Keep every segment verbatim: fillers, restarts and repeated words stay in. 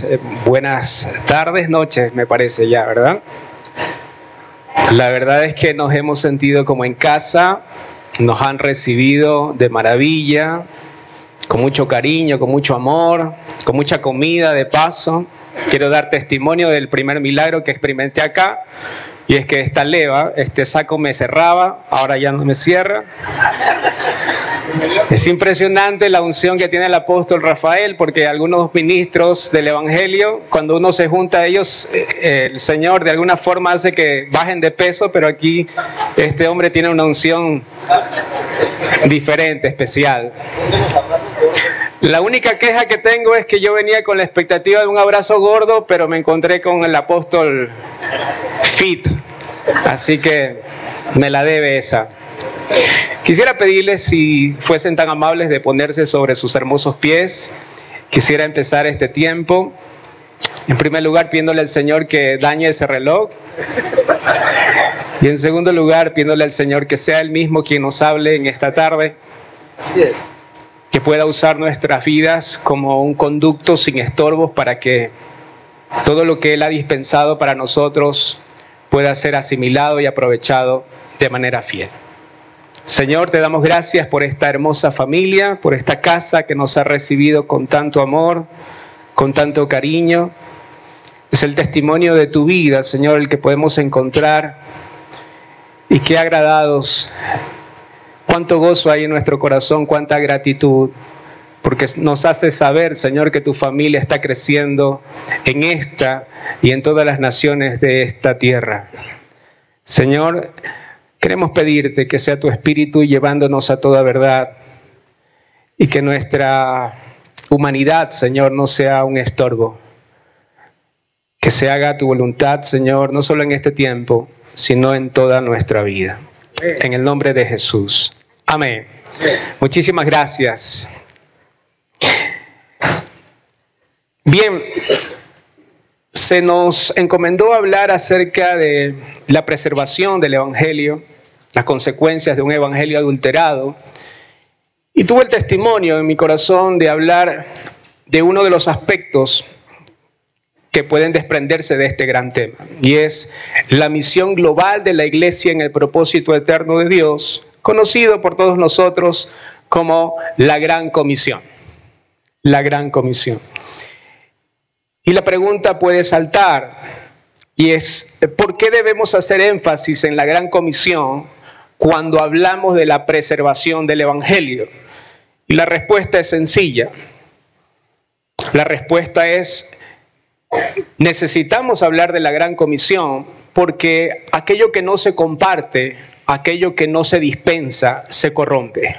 días, eh, buenas tardes, noches, me parece ya, ¿verdad? La verdad es que nos hemos sentido como en casa, nos han recibido de maravilla, con mucho cariño, con mucho amor, con mucha comida de paso. Quiero dar testimonio del primer milagro que experimenté acá, y es que esta leva, este saco me cerraba, ahora ya no me cierra. Es impresionante la unción que tiene el apóstol Rafael, porque algunos ministros del Evangelio, cuando uno se junta a ellos, eh, el Señor de alguna forma hace que bajen de peso, pero aquí este hombre tiene una unción diferente, especial. La única queja que tengo es que yo venía con la expectativa de un abrazo gordo, pero me encontré con el apóstol fit, así que me la debe esa. Quisiera pedirles si fuesen tan amables de ponerse sobre sus hermosos pies. Quisiera empezar este tiempo, en primer lugar pidiéndole al Señor que dañe ese reloj, y en segundo lugar pidiéndole al Señor que sea Él mismo quien nos hable en esta tarde. Así es. Que pueda usar nuestras vidas como un conducto sin estorbos para que todo lo que Él ha dispensado para nosotros pueda ser asimilado y aprovechado de manera fiel. Señor, te damos gracias por esta hermosa familia, por esta casa que nos ha recibido con tanto amor, con tanto cariño. Es el testimonio de tu vida, Señor, el que podemos encontrar, y qué agradados. Cuánto gozo hay en nuestro corazón, cuánta gratitud, porque nos hace saber, Señor, que tu familia está creciendo en esta y en todas las naciones de esta tierra. Señor, queremos pedirte que sea tu Espíritu llevándonos a toda verdad, y que nuestra humanidad, Señor, no sea un estorbo. Que se haga tu voluntad, Señor, no solo en este tiempo, sino en toda nuestra vida. En el nombre de Jesús. Amén. Amén. Muchísimas gracias. Bien, se nos encomendó hablar acerca de la preservación del Evangelio, las consecuencias de un Evangelio adulterado. Y tuve el testimonio en mi corazón de hablar de uno de los aspectos que pueden desprenderse de este gran tema, y es la misión global de la Iglesia en el propósito eterno de Dios, conocido por todos nosotros como la Gran Comisión. La Gran Comisión. Y la pregunta puede saltar, y es, ¿por qué debemos hacer énfasis en la Gran Comisión cuando hablamos de la preservación del Evangelio? Y la respuesta es sencilla. La respuesta es: necesitamos hablar de la Gran Comisión porque aquello que no se comparte, aquello que no se dispensa, se corrompe.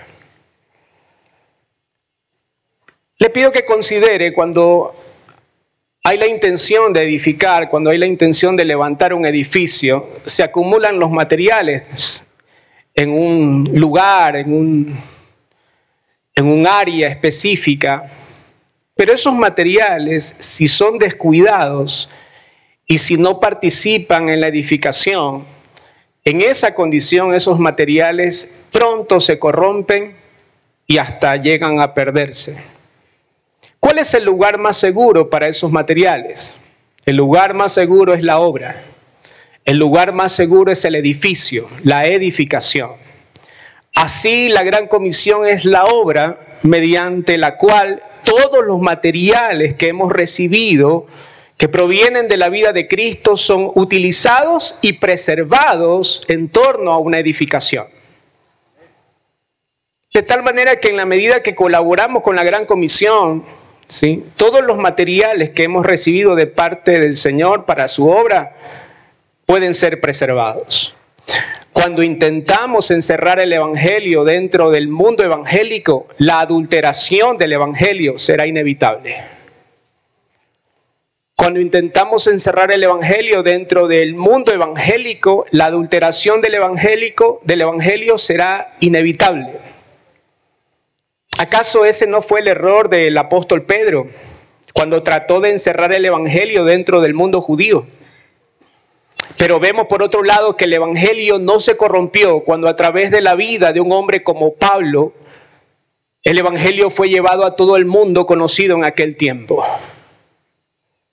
Le pido que considere, cuando hay la intención de edificar, cuando hay la intención de levantar un edificio, se acumulan los materiales en un lugar, en un, en un área específica. Pero esos materiales, si son descuidados y si no participan en la edificación, en esa condición esos materiales pronto se corrompen y hasta llegan a perderse. ¿Cuál es el lugar más seguro para esos materiales? El lugar más seguro es la obra. El lugar más seguro es el edificio, la edificación. Así, la Gran Comisión es la obra mediante la cual todos los materiales que hemos recibido, que provienen de la vida de Cristo, son utilizados y preservados en torno a una edificación. De tal manera que en la medida que colaboramos con la Gran Comisión, ¿sí?, todos los materiales que hemos recibido de parte del Señor para su obra pueden ser preservados. Cuando intentamos encerrar el Evangelio dentro del mundo evangélico, la adulteración del Evangelio será inevitable. Cuando intentamos encerrar el Evangelio dentro del mundo evangélico, la adulteración del evangélico, del Evangelio será inevitable. ¿Acaso ese no fue el error del apóstol Pedro cuando trató de encerrar el Evangelio dentro del mundo judío? Pero vemos por otro lado que el Evangelio no se corrompió cuando a través de la vida de un hombre como Pablo, el Evangelio fue llevado a todo el mundo conocido en aquel tiempo.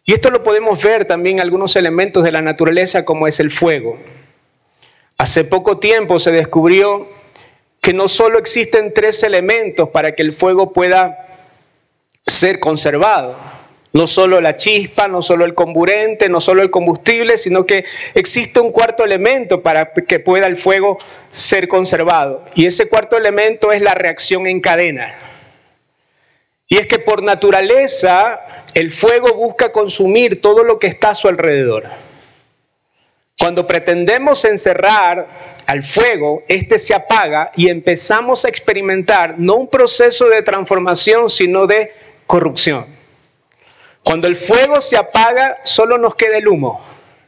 Y esto lo podemos ver también en algunos elementos de la naturaleza, como es el fuego. Hace poco tiempo se descubrió que no solo existen tres elementos para que el fuego pueda ser conservado. No solo la chispa, no solo el comburente, no solo el combustible, sino que existe un cuarto elemento para que pueda el fuego ser conservado. Y ese cuarto elemento es la reacción en cadena. Y es que por naturaleza el fuego busca consumir todo lo que está a su alrededor. Cuando pretendemos encerrar al fuego, este se apaga y empezamos a experimentar no un proceso de transformación, sino de corrupción. Cuando el fuego se apaga, solo nos queda el humo.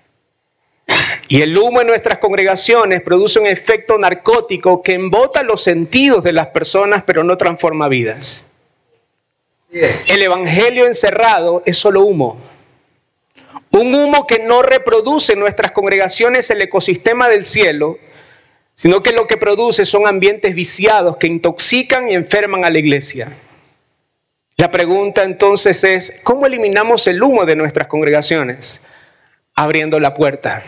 Y el humo en nuestras congregaciones produce un efecto narcótico que embota los sentidos de las personas, pero no transforma vidas. El evangelio encerrado es solo humo. Un humo que no reproduce en nuestras congregaciones el ecosistema del cielo, sino que lo que produce son ambientes viciados que intoxican y enferman a la iglesia. La pregunta entonces es, ¿cómo eliminamos el humo de nuestras congregaciones? Abriendo la puerta.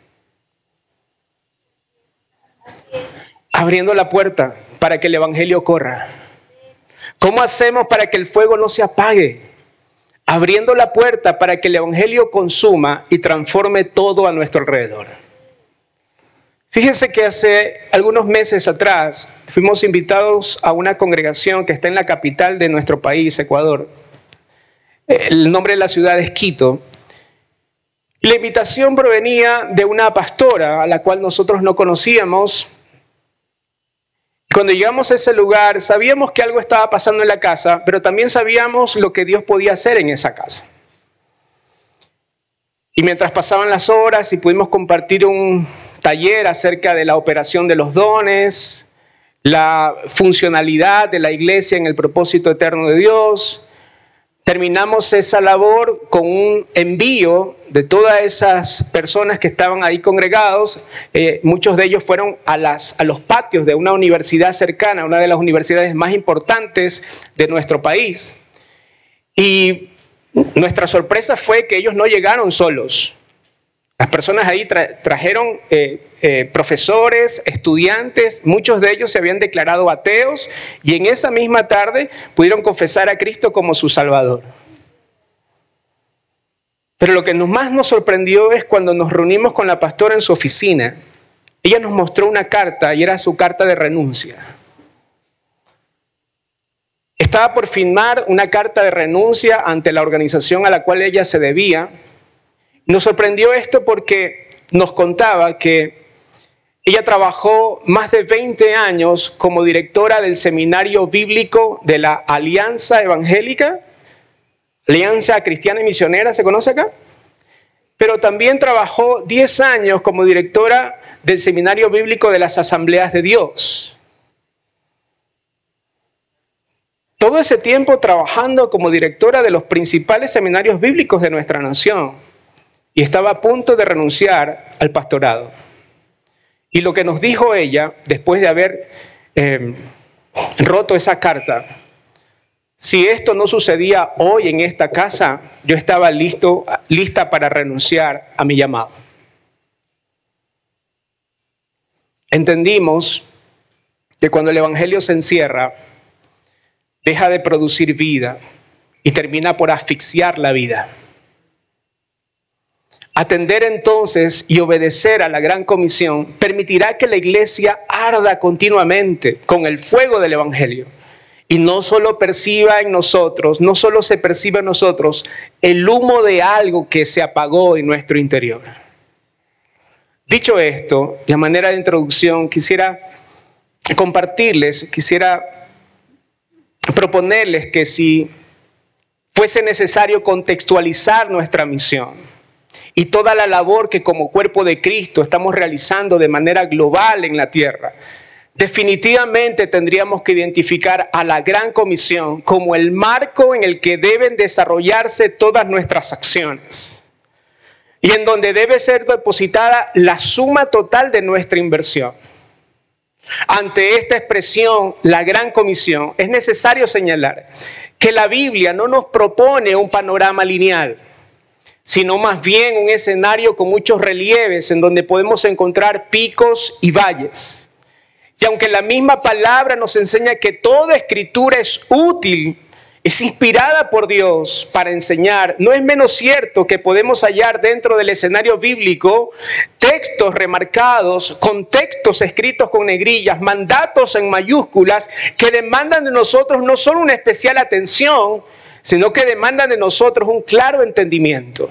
Abriendo la puerta para que el evangelio corra. ¿Cómo hacemos para que el fuego no se apague? Abriendo la puerta para que el evangelio consuma y transforme todo a nuestro alrededor. Fíjense que hace algunos meses atrás fuimos invitados a una congregación que está en la capital de nuestro país, Ecuador. El nombre de la ciudad es Quito. La invitación provenía de una pastora a la cual nosotros no conocíamos. Cuando llegamos a ese lugar, sabíamos que algo estaba pasando en la casa, pero también sabíamos lo que Dios podía hacer en esa casa. Y mientras pasaban las horas y pudimos compartir un taller acerca de la operación de los dones, la funcionalidad de la iglesia en el propósito eterno de Dios, terminamos esa labor con un envío de todas esas personas que estaban ahí congregados. Eh, muchos de ellos fueron a, las, a los patios de una universidad cercana, una de las universidades más importantes de nuestro país. Y nuestra sorpresa fue que ellos no llegaron solos. Las personas ahí tra trajeron eh, eh, profesores, estudiantes, muchos de ellos se habían declarado ateos y en esa misma tarde pudieron confesar a Cristo como su Salvador. Pero lo que nos más nos sorprendió es cuando nos reunimos con la pastora en su oficina. Ella nos mostró una carta y era su carta de renuncia. Estaba por firmar una carta de renuncia ante la organización a la cual ella se debía. Nos sorprendió esto porque nos contaba que ella trabajó más de veinte años como directora del seminario bíblico de la Alianza Evangélica, Alianza Cristiana y Misionera, ¿se conoce acá? Pero también trabajó diez años como directora del seminario bíblico de las Asambleas de Dios. Todo ese tiempo trabajando como directora de los principales seminarios bíblicos de nuestra nación. Y estaba a punto de renunciar al pastorado. Y lo que nos dijo ella, después de haber eh, roto esa carta, si esto no sucedía hoy en esta casa, yo estaba listo, lista para renunciar a mi llamado. Entendimos que cuando el evangelio se encierra, deja de producir vida y termina por asfixiar la vida. Atender entonces y obedecer a la gran comisión permitirá que la iglesia arda continuamente con el fuego del evangelio y no solo perciba en nosotros, no solo se perciba en nosotros el humo de algo que se apagó en nuestro interior. Dicho esto, y a manera de introducción, quisiera compartirles, quisiera proponerles que si fuese necesario contextualizar nuestra misión, y toda la labor que como cuerpo de Cristo estamos realizando de manera global en la tierra, definitivamente tendríamos que identificar a la Gran Comisión como el marco en el que deben desarrollarse todas nuestras acciones y en donde debe ser depositada la suma total de nuestra inversión. Ante esta expresión, la Gran Comisión, es necesario señalar que la Biblia no nos propone un panorama lineal. sino más bien un escenario con muchos relieves en donde podemos encontrar picos y valles. Y aunque la misma palabra nos enseña que toda escritura es útil, es inspirada por Dios para enseñar, no es menos cierto que podemos hallar dentro del escenario bíblico textos remarcados, contextos escritos con negrillas, mandatos en mayúsculas que demandan de nosotros no solo una especial atención, sino que demandan de nosotros un claro entendimiento.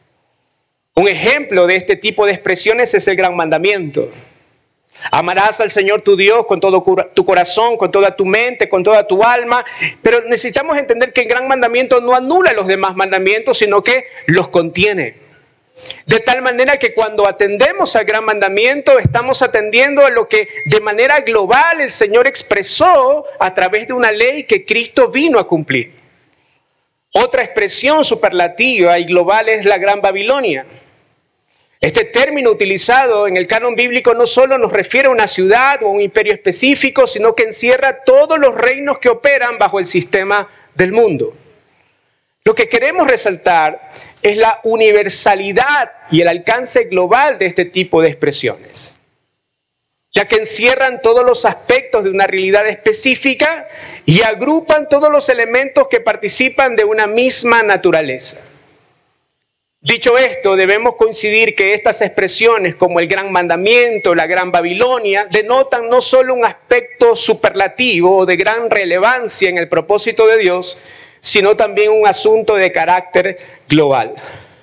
Un ejemplo de este tipo de expresiones es el gran mandamiento. Amarás al Señor tu Dios con todo tu corazón, con toda tu mente, con toda tu alma. Pero necesitamos entender que el gran mandamiento no anula los demás mandamientos, sino que los contiene. De tal manera que cuando atendemos al gran mandamiento, estamos atendiendo a lo que de manera global el Señor expresó a través de una ley que Cristo vino a cumplir. Otra expresión superlativa y global es la Gran Babilonia. Este término utilizado en el canon bíblico no solo nos refiere a una ciudad o a un imperio específico, sino que encierra todos los reinos que operan bajo el sistema del mundo. Lo que queremos resaltar es la universalidad y el alcance global de este tipo de expresiones, ya que encierran todos los aspectos de una realidad específica y agrupan todos los elementos que participan de una misma naturaleza. Dicho esto, debemos coincidir que estas expresiones como el gran mandamiento, la gran Babilonia, denotan no solo un aspecto superlativo o de gran relevancia en el propósito de Dios, sino también un asunto de carácter global.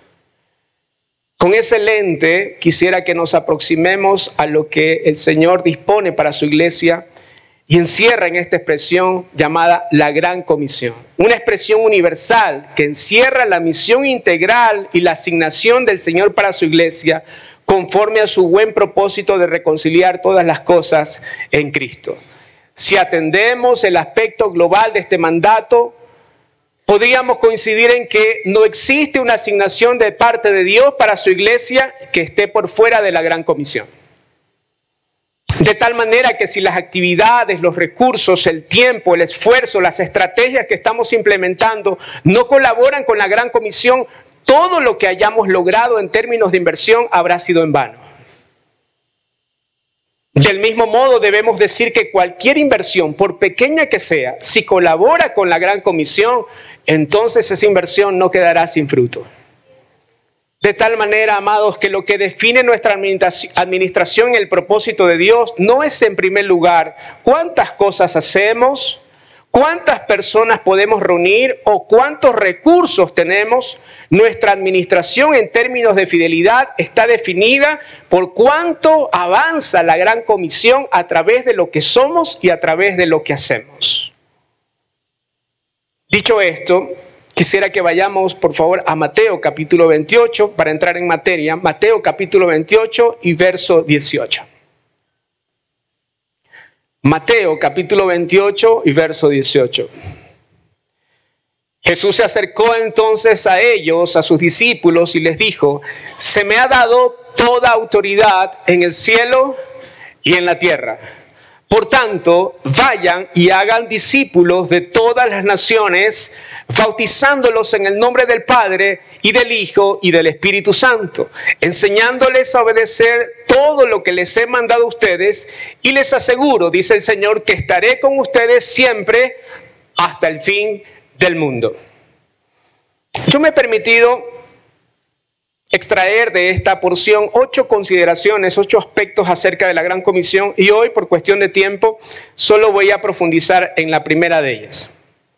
Con ese lente quisiera que nos aproximemos a lo que el Señor dispone para su iglesia y encierra en esta expresión llamada la Gran Comisión. Una expresión universal que encierra la misión integral y la asignación del Señor para su iglesia conforme a su buen propósito de reconciliar todas las cosas en Cristo. Si atendemos el aspecto global de este mandato, podríamos coincidir en que no existe una asignación de parte de Dios para su iglesia que esté por fuera de la Gran Comisión. De tal manera que si las actividades, los recursos, el tiempo, el esfuerzo, las estrategias que estamos implementando no colaboran con la Gran Comisión, todo lo que hayamos logrado en términos de inversión habrá sido en vano. Del mismo modo debemos decir que cualquier inversión, por pequeña que sea, si colabora con la Gran Comisión, entonces esa inversión no quedará sin fruto. De tal manera, amados, que lo que define nuestra administración en el propósito de Dios no es en primer lugar cuántas cosas hacemos, cuántas personas podemos reunir o cuántos recursos tenemos. Nuestra administración en términos de fidelidad está definida por cuánto avanza la Gran Comisión a través de lo que somos y a través de lo que hacemos. Dicho esto, quisiera que vayamos, por favor, a Mateo capítulo veintiocho, para entrar en materia. Mateo capítulo veintiocho y verso dieciocho. Mateo capítulo veintiocho y verso dieciocho. Jesús se acercó entonces a ellos, a sus discípulos, y les dijo: se me ha dado toda autoridad en el cielo y en la tierra. Por tanto, vayan y hagan discípulos de todas las naciones, bautizándolos en el nombre del Padre y del Hijo y del Espíritu Santo, enseñándoles a obedecer todo lo que les he mandado a ustedes, y les aseguro, dice el Señor, que estaré con ustedes siempre hasta el fin del mundo. Yo me he permitido extraer de esta porción ocho consideraciones, ocho aspectos acerca de la Gran Comisión, y hoy, por cuestión de tiempo, solo voy a profundizar en la primera de ellas.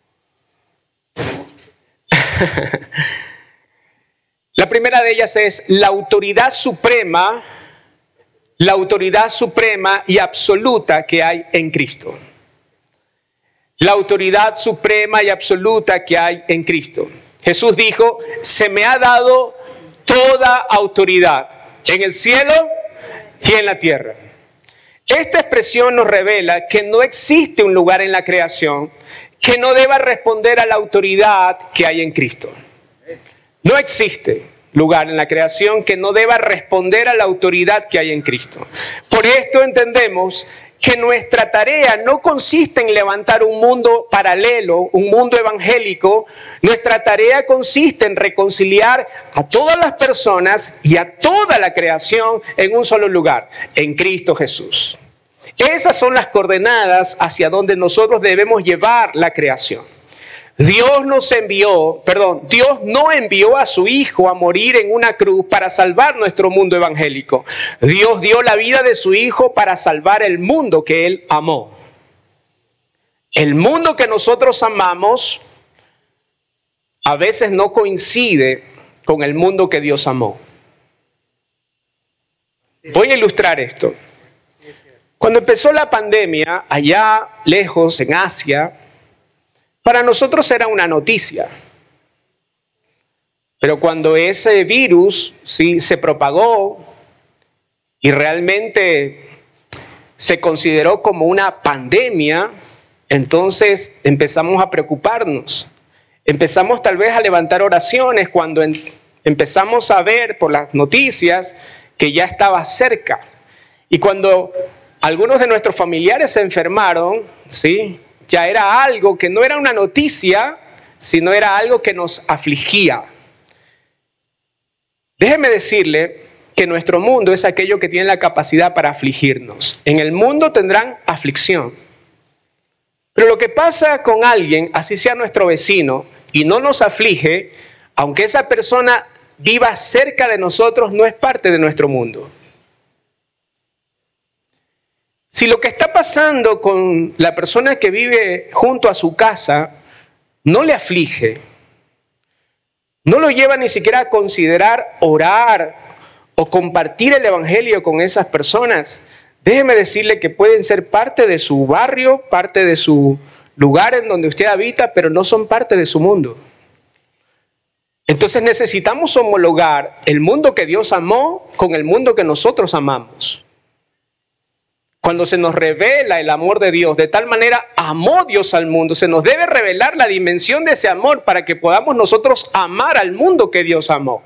La primera de ellas es la autoridad suprema, la autoridad suprema y absoluta que hay en Cristo. La autoridad suprema y absoluta que hay en Cristo. Jesús dijo: se me ha dado toda autoridad en el cielo y en la tierra. Esta expresión nos revela que no existe un lugar en la creación que no deba responder a la autoridad que hay en Cristo. No existe lugar en la creación que no deba responder a la autoridad que hay en Cristo. Por esto entendemos que nuestra tarea no consiste en levantar un mundo paralelo, un mundo evangélico. Nuestra tarea consiste en reconciliar a todas las personas y a toda la creación en un solo lugar, en Cristo Jesús. Esas son las coordenadas hacia donde nosotros debemos llevar la creación. Dios nos envió, perdón, Dios no envió a su Hijo a morir en una cruz para salvar nuestro mundo evangélico. Dios dio la vida de su Hijo para salvar el mundo que Él amó. El mundo que nosotros amamos a veces no coincide con el mundo que Dios amó. Voy a ilustrar esto. Cuando empezó la pandemia, allá lejos en Asia, para nosotros era una noticia. Pero cuando ese virus sí, se propagó y realmente se consideró como una pandemia, entonces empezamos a preocuparnos. Empezamos tal vez a levantar oraciones cuando en, empezamos a ver por las noticias que ya estaba cerca. Y cuando algunos de nuestros familiares se enfermaron, ¿sí?, ya era algo que no era una noticia, sino era algo que nos afligía. Déjeme decirle que nuestro mundo es aquello que tiene la capacidad para afligirnos. En el mundo tendrán aflicción. Pero lo que pasa con alguien, así sea nuestro vecino, y no nos aflige, aunque esa persona viva cerca de nosotros, no es parte de nuestro mundo. Si lo que está pasando con la persona que vive junto a su casa no le aflige, no lo lleva ni siquiera a considerar orar o compartir el evangelio con esas personas, déjeme decirle que pueden ser parte de su barrio, parte de su lugar en donde usted habita, pero no son parte de su mundo. Entonces necesitamos homologar el mundo que Dios amó con el mundo que nosotros amamos. Cuando se nos revela el amor de Dios, de tal manera amó Dios al mundo, se nos debe revelar la dimensión de ese amor para que podamos nosotros amar al mundo que Dios amó.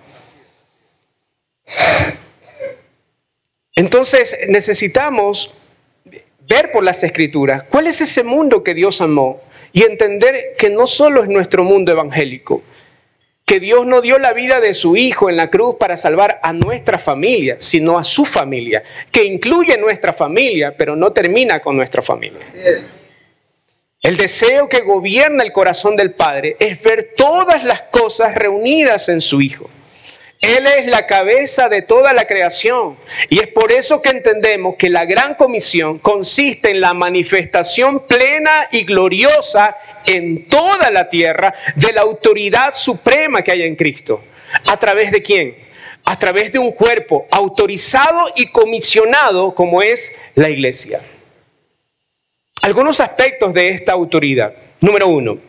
Entonces necesitamos ver por las Escrituras cuál es ese mundo que Dios amó y entender que no solo es nuestro mundo evangélico, que Dios no dio la vida de su Hijo en la cruz para salvar a nuestra familia, sino a su familia, que incluye nuestra familia, pero no termina con nuestra familia. El deseo que gobierna el corazón del Padre es ver todas las cosas reunidas en su Hijo. Él es la cabeza de toda la creación y es por eso que entendemos que la gran comisión consiste en la manifestación plena y gloriosa en toda la tierra de la autoridad suprema que hay en Cristo. ¿A través de quién? A través de un cuerpo autorizado y comisionado como es la iglesia. Algunos aspectos de esta autoridad. Número uno.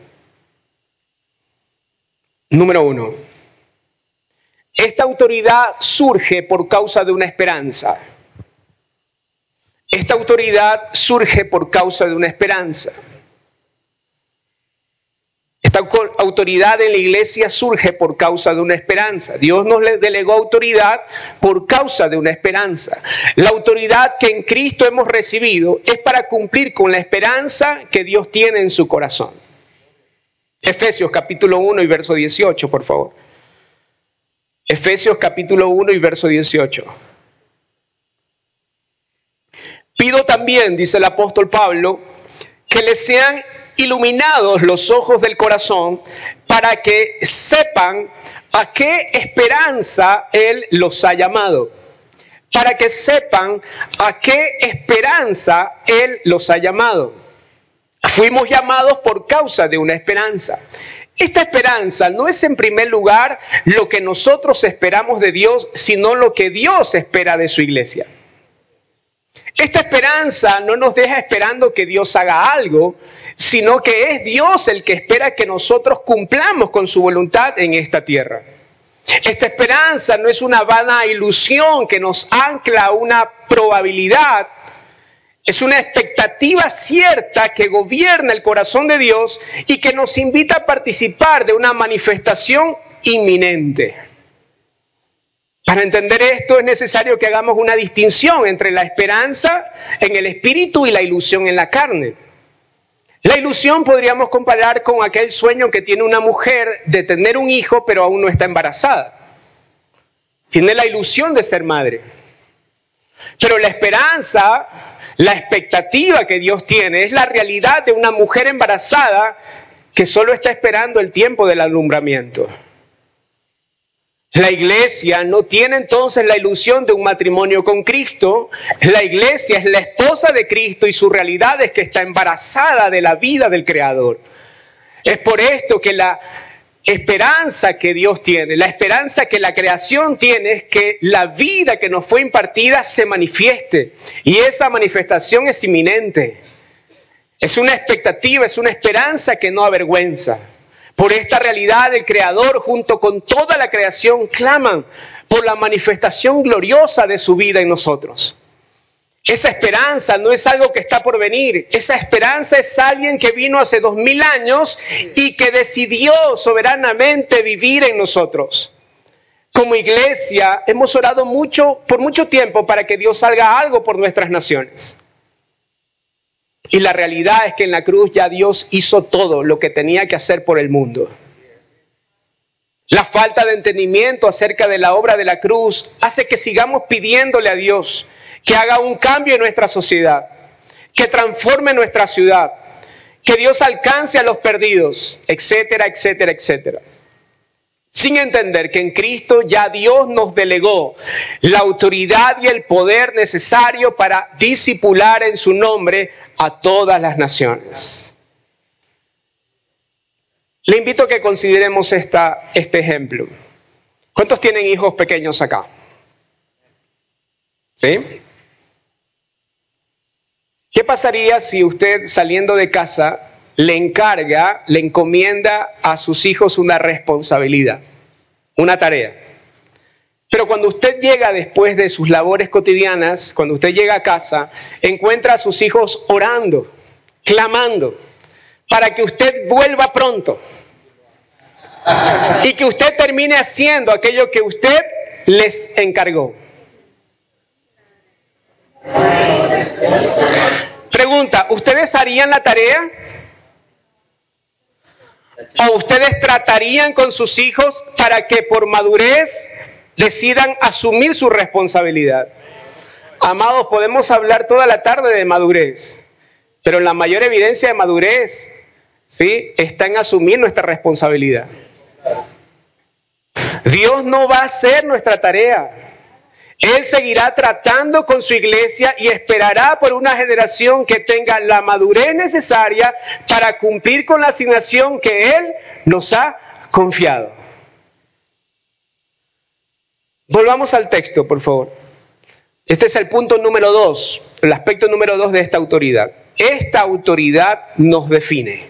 Número uno. Esta autoridad surge por causa de una esperanza. Esta autoridad surge por causa de una esperanza. Esta autoridad en la iglesia surge por causa de una esperanza. Dios nos delegó autoridad por causa de una esperanza. La autoridad que en Cristo hemos recibido es para cumplir con la esperanza que Dios tiene en su corazón. Efesios capítulo uno y verso dieciocho, por favor. Efesios capítulo uno y verso dieciocho. Pido también, dice el apóstol Pablo, que les sean iluminados los ojos del corazón para que sepan a qué esperanza Él los ha llamado. Para que sepan a qué esperanza Él los ha llamado. Fuimos llamados por causa de una esperanza. Esta esperanza no es en primer lugar lo que nosotros esperamos de Dios, sino lo que Dios espera de su iglesia. Esta esperanza no nos deja esperando que Dios haga algo, sino que es Dios el que espera que nosotros cumplamos con su voluntad en esta tierra. Esta esperanza no es una vana ilusión que nos ancla a una probabilidad. Es una expectativa cierta que gobierna el corazón de Dios y que nos invita a participar de una manifestación inminente. Para entender esto es necesario que hagamos una distinción entre la esperanza en el espíritu y la ilusión en la carne. La ilusión podríamos comparar con aquel sueño que tiene una mujer de tener un hijo, pero aún no está embarazada. Tiene la ilusión de ser madre. Pero la esperanza, la expectativa que Dios tiene, es la realidad de una mujer embarazada que solo está esperando el tiempo del alumbramiento. La iglesia no tiene entonces la ilusión de un matrimonio con Cristo. La iglesia es la esposa de Cristo y su realidad es que está embarazada de la vida del Creador. Es por esto que la esperanza que Dios tiene, la esperanza que la creación tiene es que la vida que nos fue impartida se manifieste. Y esa manifestación es inminente. Es una expectativa, es una esperanza que no avergüenza. Por esta realidad, el Creador junto con toda la creación claman por la manifestación gloriosa de su vida en nosotros. Esa esperanza no es algo que está por venir. Esa esperanza es alguien que vino hace dos mil años y que decidió soberanamente vivir en nosotros. Como iglesia hemos orado mucho, por mucho tiempo para que Dios haga algo por nuestras naciones. Y la realidad es que en la cruz ya Dios hizo todo lo que tenía que hacer por el mundo. La falta de entendimiento acerca de la obra de la cruz hace que sigamos pidiéndole a Dios que haga un cambio en nuestra sociedad, que transforme nuestra ciudad, que Dios alcance a los perdidos, etcétera, etcétera, etcétera. Sin entender que en Cristo ya Dios nos delegó la autoridad y el poder necesario para discipular en su nombre a todas las naciones. Le invito a que consideremos esta, este ejemplo. ¿Cuántos tienen hijos pequeños acá? ¿Sí? ¿Qué pasaría si usted saliendo de casa le encarga, le encomienda a sus hijos una responsabilidad, una tarea? Pero cuando usted llega después de sus labores cotidianas, cuando usted llega a casa, encuentra a sus hijos orando, clamando, para que usted vuelva pronto y que usted termine haciendo aquello que usted les encargó. Pregunta, ¿ustedes harían la tarea? ¿O ustedes tratarían con sus hijos para que por madurez decidan asumir su responsabilidad? Amados, podemos hablar toda la tarde de madurez, pero la mayor evidencia de madurez, ¿sí?, está en asumir nuestra responsabilidad. Dios no va a hacer nuestra tarea. Él seguirá tratando con su iglesia y esperará por una generación que tenga la madurez necesaria para cumplir con la asignación que Él nos ha confiado. Volvamos al texto, por favor. Este es el punto número dos, el aspecto número dos de esta autoridad. Esta autoridad nos define.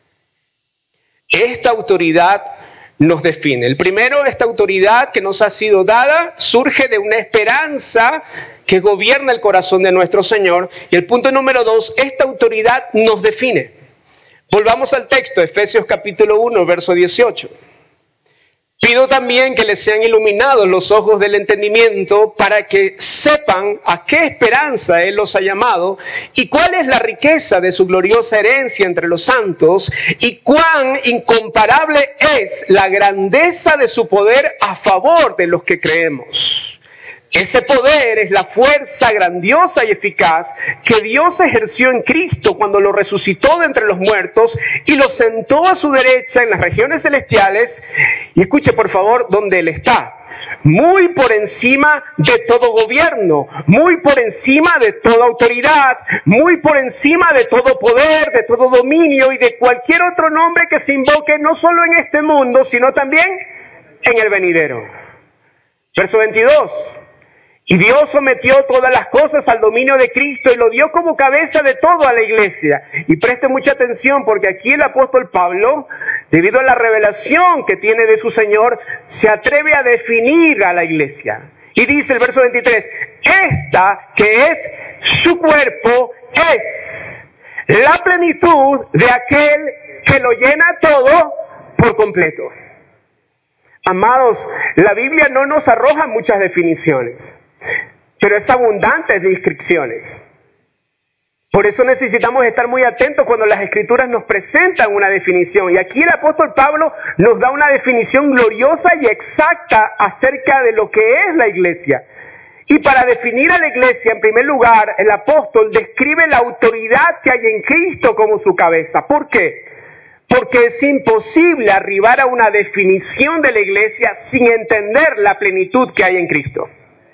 Esta autoridad nos define. El primero, esta autoridad que nos ha sido dada surge de una esperanza que gobierna el corazón de nuestro Señor. Y el punto número dos, esta autoridad nos define. Volvamos al texto, Efesios capítulo uno, verso dieciocho. Pido también que les sean iluminados los ojos del entendimiento para que sepan a qué esperanza Él los ha llamado y cuál es la riqueza de su gloriosa herencia entre los santos y cuán incomparable es la grandeza de su poder a favor de los que creemos. Ese poder es la fuerza grandiosa y eficaz que Dios ejerció en Cristo cuando lo resucitó de entre los muertos y lo sentó a su derecha en las regiones celestiales. Y escuche por favor donde Él está. Muy por encima de todo gobierno, muy por encima de toda autoridad, muy por encima de todo poder, de todo dominio y de cualquier otro nombre que se invoque no solo en este mundo, sino también en el venidero. Verso veintidós. Y Dios sometió todas las cosas al dominio de Cristo y lo dio como cabeza de todo a la iglesia. Y preste mucha atención porque aquí el apóstol Pablo, debido a la revelación que tiene de su Señor, se atreve a definir a la iglesia. Y dice el verso veintitrés, esta que es su cuerpo es la plenitud de aquel que lo llena todo por completo. Amados, la Biblia no nos arroja muchas definiciones, pero es abundante de descripciones. Por eso necesitamos estar muy atentos cuando las Escrituras nos presentan una definición. Y aquí el apóstol Pablo nos da una definición gloriosa y exacta acerca de lo que es la iglesia. Y para definir a la iglesia, en primer lugar, el apóstol describe la autoridad que hay en Cristo como su cabeza. ¿Por qué? Porque es imposible arribar a una definición de la iglesia sin entender la plenitud que hay en Cristo.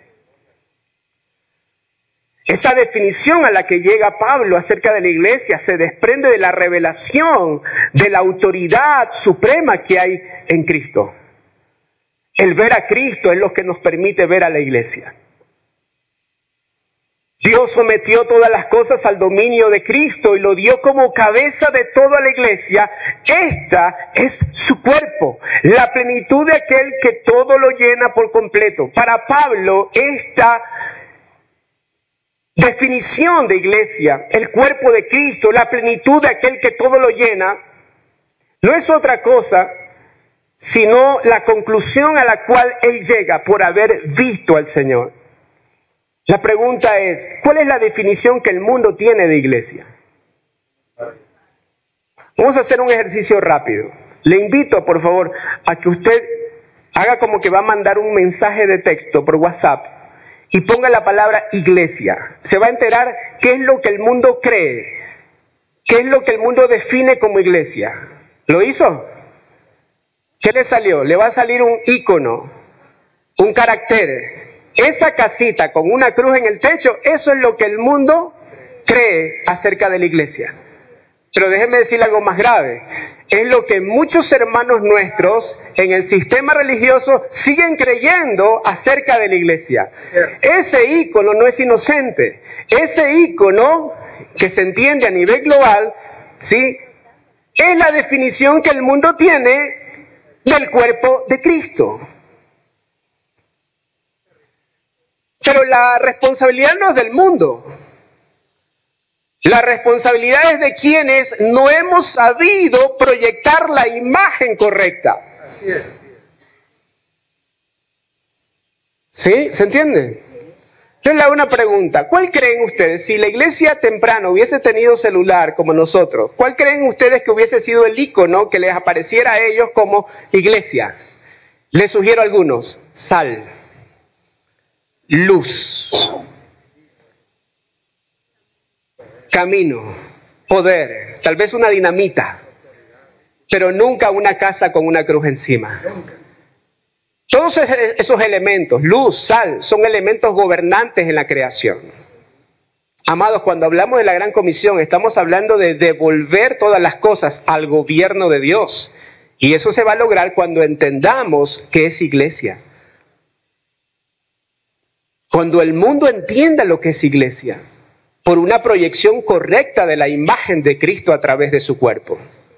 Esa definición a la que llega Pablo acerca de la iglesia se desprende de la revelación de la autoridad suprema que hay en Cristo. El ver a Cristo es lo que nos permite ver a la iglesia. Dios sometió todas las cosas al dominio de Cristo y lo dio como cabeza de toda la iglesia. Esta es su cuerpo, la plenitud de aquel que todo lo llena por completo. Para Pablo, esta definición de iglesia, el cuerpo de Cristo, la plenitud de aquel que todo lo llena, no es otra cosa sino la conclusión a la cual él llega por haber visto al Señor. La pregunta es, ¿cuál es la definición que el mundo tiene de iglesia? Vamos a hacer un ejercicio rápido. Le invito, por favor, a que usted haga como que va a mandar un mensaje de texto por WhatsApp y ponga la palabra iglesia. Se va a enterar qué es lo que el mundo cree, qué es lo que el mundo define como iglesia. ¿Lo hizo? ¿Qué le salió? Le va a salir un ícono, un carácter. Esa casita con una cruz en el techo, eso es lo que el mundo cree acerca de la iglesia. Pero déjenme decirle algo más grave. Es lo que muchos hermanos nuestros en el sistema religioso siguen creyendo acerca de la iglesia. Ese ícono no es inocente. Ese ícono, que se entiende a nivel global, ¿sí?, es la definición que el mundo tiene del cuerpo de Cristo. Pero la responsabilidad no es del mundo. La responsabilidad es de quienes no hemos sabido proyectar la imagen correcta. Así es. ¿Sí? ¿Se entiende? Yo le hago una pregunta. ¿Cuál creen ustedes? Si la iglesia temprano hubiese tenido celular como nosotros, ¿cuál creen ustedes que hubiese sido el icono que les apareciera a ellos como iglesia? Les sugiero algunos. Sal. Luz. Camino. Poder. Tal vez una dinamita. Pero nunca una casa con una cruz encima. Todos esos elementos, luz, sal, son elementos gobernantes en la creación. Amados, cuando hablamos de la Gran Comisión, estamos hablando de devolver todas las cosas al gobierno de Dios. Y eso se va a lograr cuando entendamos qué es iglesia. Cuando el mundo entienda lo que es iglesia, por una proyección correcta de la imagen de Cristo a través de su cuerpo.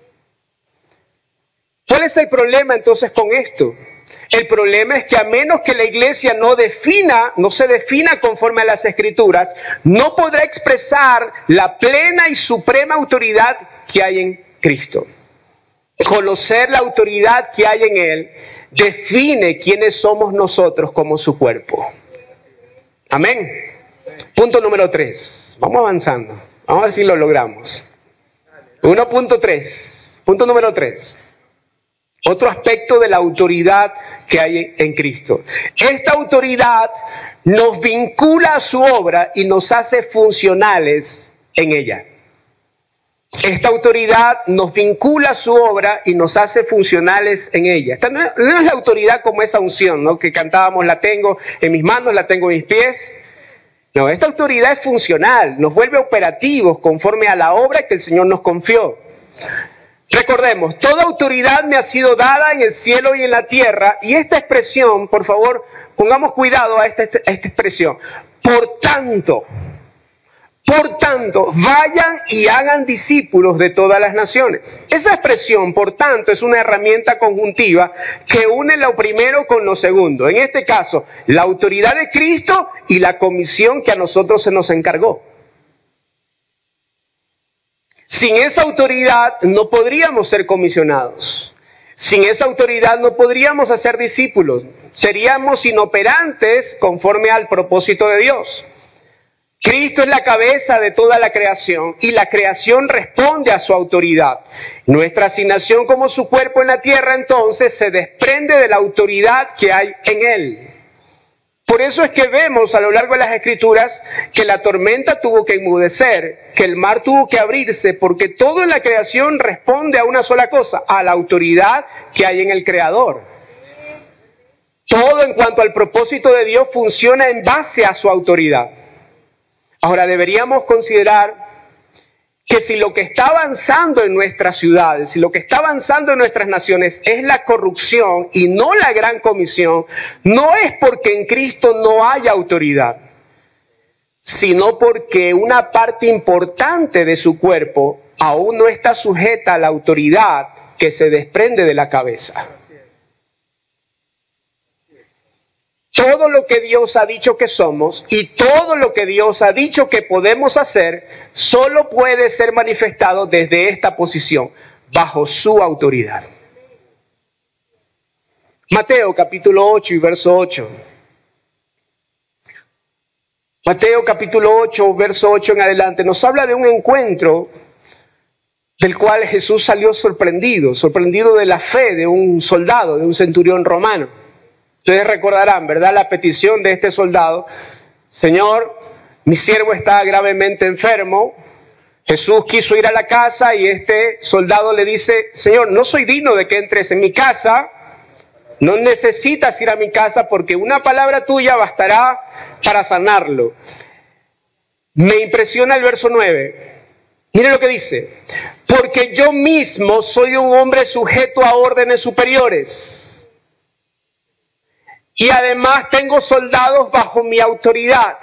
¿Cuál es el problema entonces con esto? El problema es que a menos que la iglesia no defina, no se defina conforme a las Escrituras, no podrá expresar la plena y suprema autoridad que hay en Cristo. Conocer la autoridad que hay en Él define quiénes somos nosotros como su cuerpo. Amén. Punto número tres. Vamos avanzando. Vamos a ver si lo logramos. uno punto tres. Punto número tres. Otro aspecto de la autoridad que hay en Cristo. Esta autoridad nos vincula a su obra y nos hace funcionales en ella. Esta autoridad nos vincula a su obra y nos hace funcionales en ella. Esta no es, no es la autoridad como esa unción, ¿no?, que cantábamos, la tengo en mis manos, la tengo en mis pies. No, esta autoridad es funcional, nos vuelve operativos conforme a la obra que el Señor nos confió. Recordemos, toda autoridad me ha sido dada en el cielo y en la tierra. Y esta expresión, por favor, pongamos cuidado a esta, a esta expresión. Por tanto, por tanto, vayan y hagan discípulos de todas las naciones. Esa expresión, por tanto, es una herramienta conjuntiva que une lo primero con lo segundo. En este caso, la autoridad de Cristo y la comisión que a nosotros se nos encargó. Sin esa autoridad no podríamos ser comisionados. Sin esa autoridad no podríamos hacer discípulos. Seríamos inoperantes conforme al propósito de Dios. Cristo es la cabeza de toda la creación y la creación responde a su autoridad. Nuestra asignación como su cuerpo en la tierra entonces se desprende de la autoridad que hay en Él. Por eso es que vemos a lo largo de las Escrituras que la tormenta tuvo que enmudecer, que el mar tuvo que abrirse, porque todo en la creación responde a una sola cosa, a la autoridad que hay en el Creador. Todo en cuanto al propósito de Dios funciona en base a su autoridad. Ahora deberíamos considerar que si lo que está avanzando en nuestras ciudades, si lo que está avanzando en nuestras naciones es la corrupción y no la gran comisión, no es porque en Cristo no haya autoridad, sino porque una parte importante de su cuerpo aún no está sujeta a la autoridad que se desprende de la cabeza. Todo lo que Dios ha dicho que somos y todo lo que Dios ha dicho que podemos hacer solo puede ser manifestado desde esta posición, bajo su autoridad. Mateo capítulo ocho y verso ocho. Mateo capítulo ocho, verso ocho en adelante, nos habla de un encuentro del cual Jesús salió sorprendido, sorprendido de la fe de un soldado, de un centurión romano. Ustedes recordarán, ¿verdad?, la petición de este soldado. Señor, mi siervo está gravemente enfermo. Jesús quiso ir a la casa y este soldado le dice, Señor, no soy digno de que entres en mi casa. No necesitas ir a mi casa porque una palabra tuya bastará para sanarlo. Me impresiona el verso nueve. Mire lo que dice. Porque yo mismo soy un hombre sujeto a órdenes superiores. Y además tengo soldados bajo mi autoridad.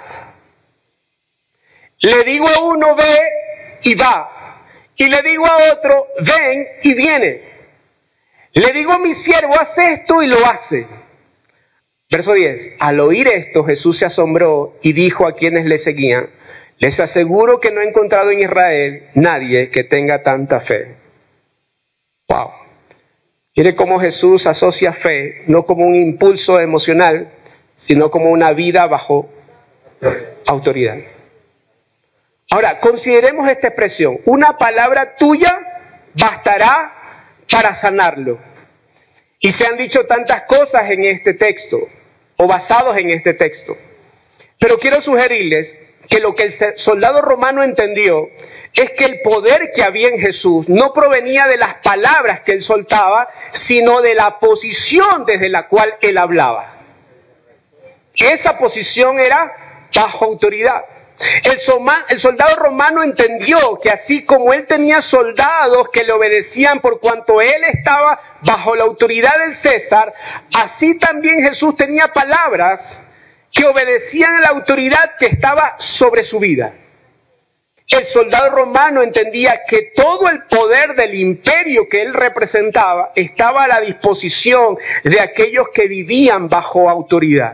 Le digo a uno, ve y va. Y le digo a otro, ven y viene. Le digo a mi siervo, haz esto y lo hace. Verso diez. Al oír esto, Jesús se asombró y dijo a quienes le seguían, les aseguro que no he encontrado en Israel nadie que tenga tanta fe. Wow. Mire cómo Jesús asocia fe, no como un impulso emocional, sino como una vida bajo autoridad. Ahora, consideremos esta expresión. Una palabra tuya bastará para sanarlo. Y se han dicho tantas cosas en este texto, o basados en este texto. Pero quiero sugerirles que lo que el soldado romano entendió es que el poder que había en Jesús no provenía de las palabras que él soltaba, sino de la posición desde la cual él hablaba. Esa posición era bajo autoridad. El, soma, el soldado romano entendió que así como él tenía soldados que le obedecían por cuanto él estaba bajo la autoridad del César, así también Jesús tenía palabras que obedecían a la autoridad que estaba sobre su vida. El soldado romano entendía que todo el poder del imperio que él representaba estaba a la disposición de aquellos que vivían bajo autoridad.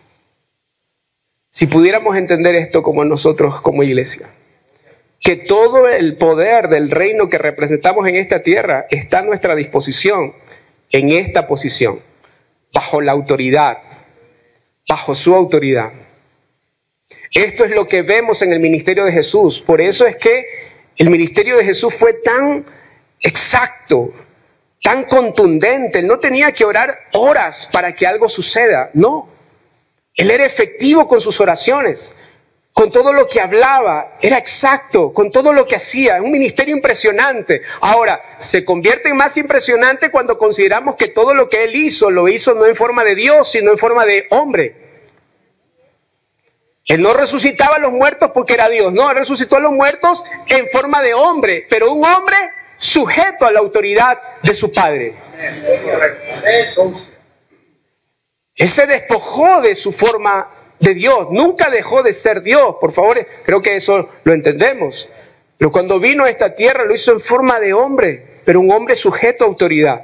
Si pudiéramos entender esto como nosotros como iglesia, que todo el poder del reino que representamos en esta tierra está a nuestra disposición en esta posición, bajo la autoridad, bajo su autoridad. Esto es lo que vemos en el ministerio de Jesús. Por eso es que el ministerio de Jesús fue tan exacto, tan contundente. Él no tenía que orar horas para que algo suceda. No. Él era efectivo con sus oraciones, con todo lo que hablaba. Era exacto, con todo lo que hacía. Un ministerio impresionante. Ahora, se convierte en más impresionante cuando consideramos que todo lo que él hizo, lo hizo no en forma de Dios, sino en forma de hombre. Él no resucitaba a los muertos porque era Dios. No, él resucitó a los muertos en forma de hombre, pero un hombre sujeto a la autoridad de su Padre. Él se despojó de su forma de Dios. Nunca dejó de ser Dios. Por favor, creo que eso lo entendemos. Pero cuando vino a esta tierra lo hizo en forma de hombre, pero un hombre sujeto a autoridad.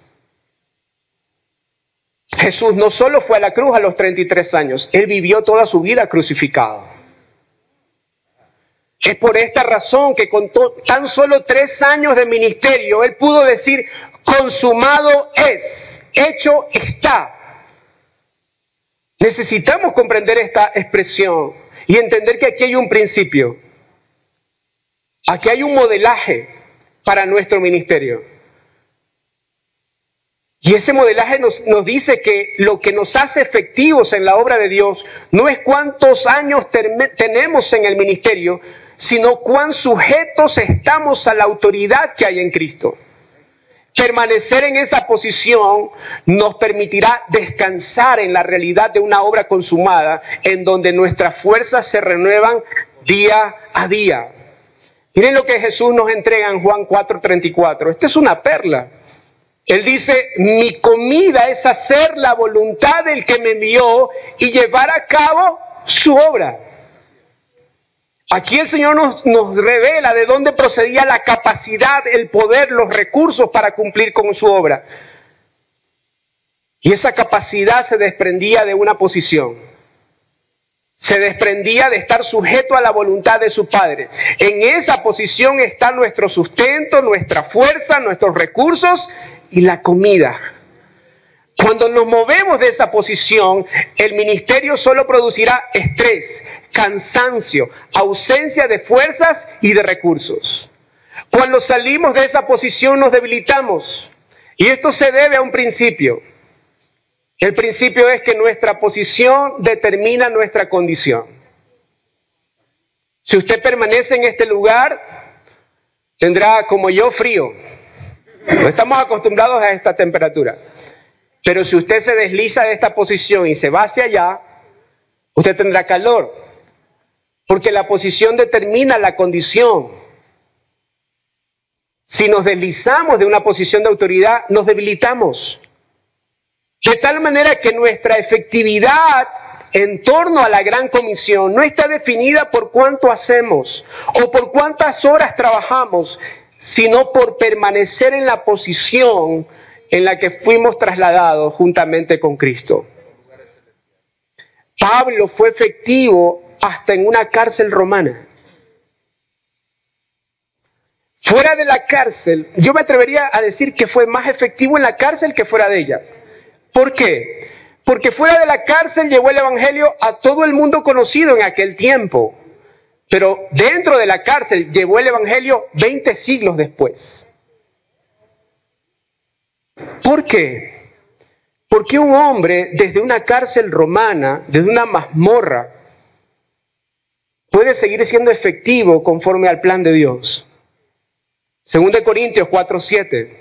Jesús no solo fue a la cruz a los treinta y tres años, él vivió toda su vida crucificado. Es por esta razón que con tan solo tres años de ministerio, él pudo decir, consumado es, hecho está. Necesitamos comprender esta expresión y entender que aquí hay un principio. Aquí hay un modelaje para nuestro ministerio. Y ese modelaje nos, nos dice que lo que nos hace efectivos en la obra de Dios no es cuántos años terme, tenemos en el ministerio, sino cuán sujetos estamos a la autoridad que hay en Cristo. Permanecer en esa posición nos permitirá descansar en la realidad de una obra consumada, en donde nuestras fuerzas se renuevan día a día. Miren lo que Jesús nos entrega en Juan cuatro treinta y cuatro. Esta es una perla. Él dice, mi comida es hacer la voluntad del que me envió y llevar a cabo su obra. Aquí el Señor nos, nos revela de dónde procedía la capacidad, el poder, los recursos para cumplir con su obra. Y esa capacidad se desprendía de una posición. Se desprendía de estar sujeto a la voluntad de su Padre. En esa posición está nuestro sustento, nuestra fuerza, nuestros recursos y la comida. Cuando nos movemos de esa posición, el ministerio solo producirá estrés, cansancio, ausencia de fuerzas y de recursos. Cuando salimos de esa posición nos debilitamos. Y esto se debe a un principio. El principio es que nuestra posición determina nuestra condición. Si usted permanece en este lugar, tendrá como yo frío. No estamos acostumbrados a esta temperatura. Pero si usted se desliza de esta posición y se va hacia allá, usted tendrá calor. Porque la posición determina la condición. Si nos deslizamos de una posición de autoridad, nos debilitamos. De tal manera que nuestra efectividad en torno a la gran comisión no está definida por cuánto hacemos o por cuántas horas trabajamos, sino por permanecer en la posición en la que fuimos trasladados juntamente con Cristo. Pablo fue efectivo hasta en una cárcel romana. Fuera de la cárcel, yo me atrevería a decir que fue más efectivo en la cárcel que fuera de ella. ¿Por qué? Porque fuera de la cárcel llevó el evangelio a todo el mundo conocido en aquel tiempo. Pero dentro de la cárcel llevó el evangelio veinte siglos después. ¿Por qué? Porque un hombre desde una cárcel romana, desde una mazmorra, puede seguir siendo efectivo conforme al plan de Dios. Segunda de Corintios cuatro siete.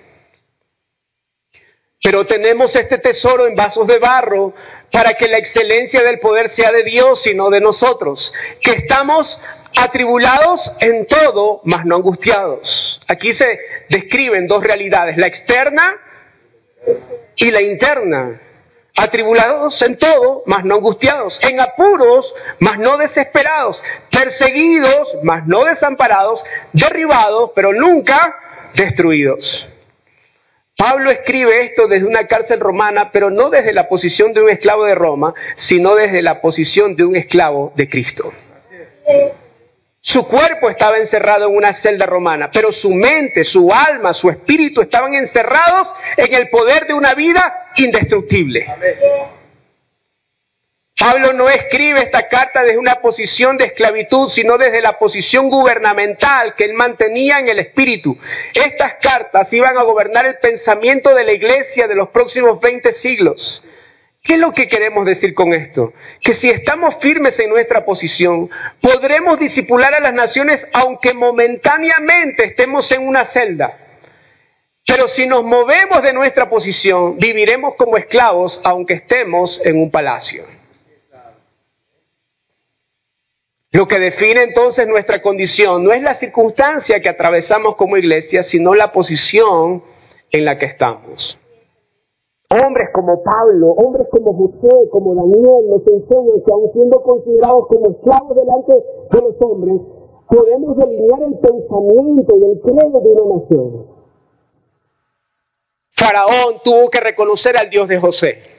Pero tenemos este tesoro en vasos de barro para que la excelencia del poder sea de Dios y no de nosotros, que estamos atribulados en todo, mas no angustiados. Aquí se describen dos realidades, la externa y la interna. Atribulados en todo, mas no angustiados. En apuros, mas no desesperados. Perseguidos, mas no desamparados. Derribados, pero nunca destruidos. Pablo escribe esto desde una cárcel romana, pero no desde la posición de un esclavo de Roma, sino desde la posición de un esclavo de Cristo. Su cuerpo estaba encerrado en una celda romana, pero su mente, su alma, su espíritu estaban encerrados en el poder de una vida indestructible. Pablo no escribe esta carta desde una posición de esclavitud, sino desde la posición gubernamental que él mantenía en el espíritu. Estas cartas iban a gobernar el pensamiento de la iglesia de los próximos veinte siglos. ¿Qué es lo que queremos decir con esto? Que si estamos firmes en nuestra posición, podremos discipular a las naciones aunque momentáneamente estemos en una celda. Pero si nos movemos de nuestra posición, viviremos como esclavos aunque estemos en un palacio. Lo que define entonces nuestra condición no es la circunstancia que atravesamos como iglesia, sino la posición en la que estamos. Hombres como Pablo, hombres como José, como Daniel, nos enseñan que aun siendo considerados como esclavos delante de los hombres, podemos delinear el pensamiento y el credo de una nación. Faraón tuvo que reconocer al Dios de José.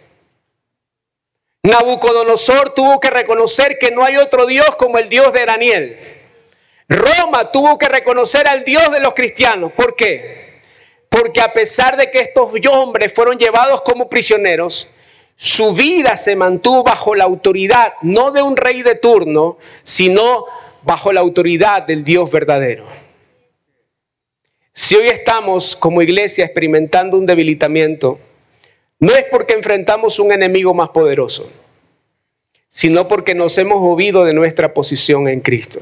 Nabucodonosor tuvo que reconocer que no hay otro Dios como el Dios de Daniel. Roma tuvo que reconocer al Dios de los cristianos. ¿Por qué? Porque a pesar de que estos hombres fueron llevados como prisioneros, su vida se mantuvo bajo la autoridad, no de un rey de turno, sino bajo la autoridad del Dios verdadero. Si hoy estamos como iglesia experimentando un debilitamiento, no es porque enfrentamos un enemigo más poderoso, sino porque nos hemos movido de nuestra posición en Cristo.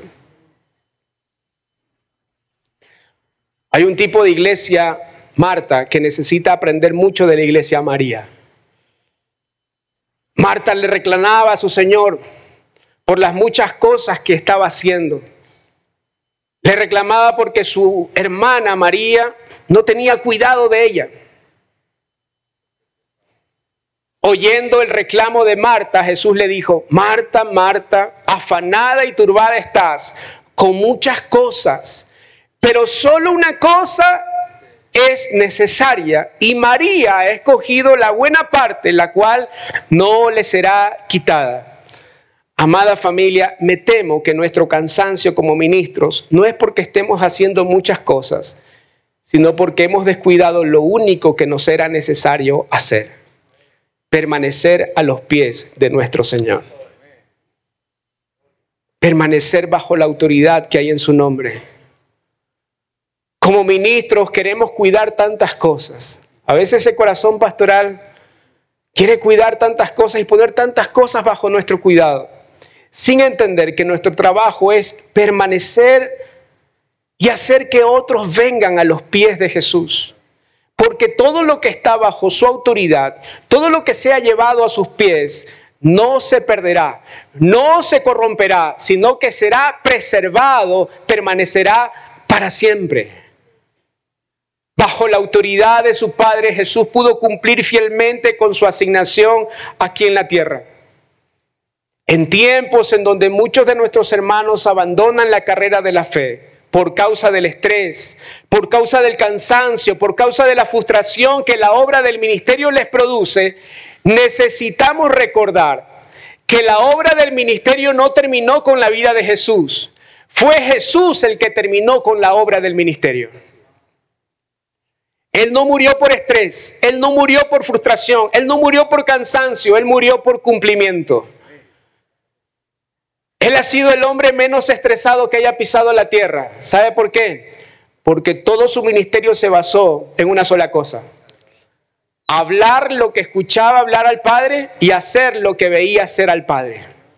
Hay un tipo de iglesia, Marta, que necesita aprender mucho de la iglesia María. Marta le reclamaba a su Señor por las muchas cosas que estaba haciendo. Le reclamaba porque su hermana María no tenía cuidado de ella. Oyendo el reclamo de Marta, Jesús le dijo: Marta, Marta, afanada y turbada estás con muchas cosas, pero solo una cosa es necesaria, y María ha escogido la buena parte, la cual no le será quitada. Amada familia, me temo que nuestro cansancio como ministros no es porque estemos haciendo muchas cosas, sino porque hemos descuidado lo único que nos era necesario hacer: permanecer a los pies de nuestro Señor. Permanecer bajo la autoridad que hay en su nombre. Como ministros queremos cuidar tantas cosas. A veces ese corazón pastoral quiere cuidar tantas cosas y poner tantas cosas bajo nuestro cuidado, sin entender que nuestro trabajo es permanecer y hacer que otros vengan a los pies de Jesús. Porque todo lo que está bajo su autoridad, todo lo que sea llevado a sus pies, no se perderá, no se corromperá, sino que será preservado, permanecerá para siempre. Bajo la autoridad de su Padre, Jesús pudo cumplir fielmente con su asignación aquí en la tierra. En tiempos en donde muchos de nuestros hermanos abandonan la carrera de la fe por causa del estrés, por causa del cansancio, por causa de la frustración que la obra del ministerio les produce, necesitamos recordar que la obra del ministerio no terminó con la vida de Jesús. Fue Jesús el que terminó con la obra del ministerio. Él no murió por estrés, Él no murió por frustración, Él no murió por cansancio, Él murió por cumplimiento. Él ha sido el hombre menos estresado que haya pisado la tierra. ¿Sabe por qué? Porque todo su ministerio se basó en una sola cosa: hablar lo que escuchaba hablar al Padre y hacer lo que veía hacer al Padre.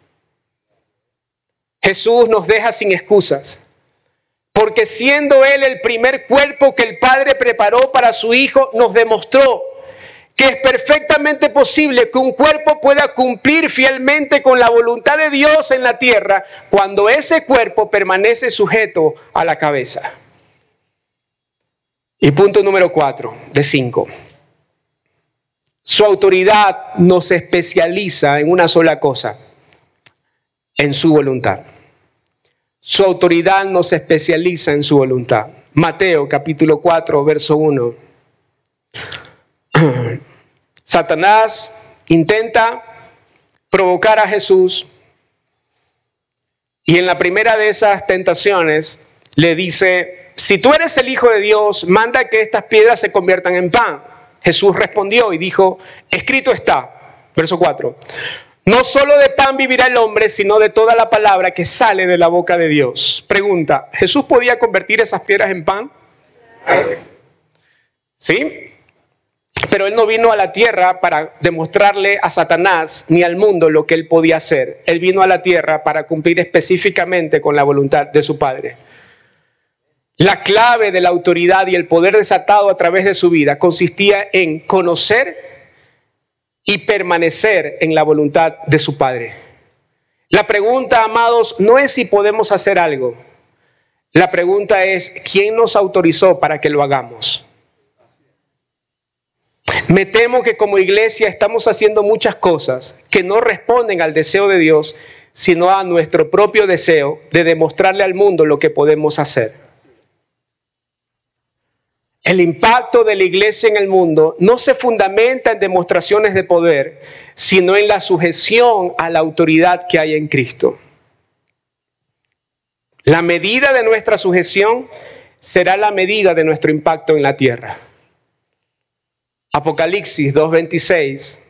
Jesús nos deja sin excusas. Porque siendo Él el primer cuerpo que el Padre preparó para su Hijo, nos demostró que es perfectamente posible que un cuerpo pueda cumplir fielmente con la voluntad de Dios en la tierra cuando ese cuerpo permanece sujeto a la cabeza. Y punto número cuatro de cinco. Su autoridad nos especializa en una sola cosa: en su voluntad. Su autoridad nos especializa en su voluntad. Mateo capítulo cuatro, verso uno. Satanás intenta provocar a Jesús y en la primera de esas tentaciones le dice: si tú eres el Hijo de Dios, manda que estas piedras se conviertan en pan. Jesús respondió y dijo: escrito está, verso cuatro, no solo de pan vivirá el hombre, sino de toda la palabra que sale de la boca de Dios. Pregunta: ¿Jesús podía convertir esas piedras en pan? ¿Sí? Pero Él no vino a la tierra para demostrarle a Satanás ni al mundo lo que Él podía hacer. Él vino a la tierra para cumplir específicamente con la voluntad de su Padre. La clave de la autoridad y el poder desatado a través de su vida consistía en conocer y permanecer en la voluntad de su Padre. La pregunta, amados, no es si podemos hacer algo. La pregunta es: ¿quién nos autorizó para que lo hagamos? Me temo que como iglesia estamos haciendo muchas cosas que no responden al deseo de Dios, sino a nuestro propio deseo de demostrarle al mundo lo que podemos hacer. El impacto de la iglesia en el mundo no se fundamenta en demostraciones de poder, sino en la sujeción a la autoridad que hay en Cristo. La medida de nuestra sujeción será la medida de nuestro impacto en la tierra. Apocalipsis dos veintiséis.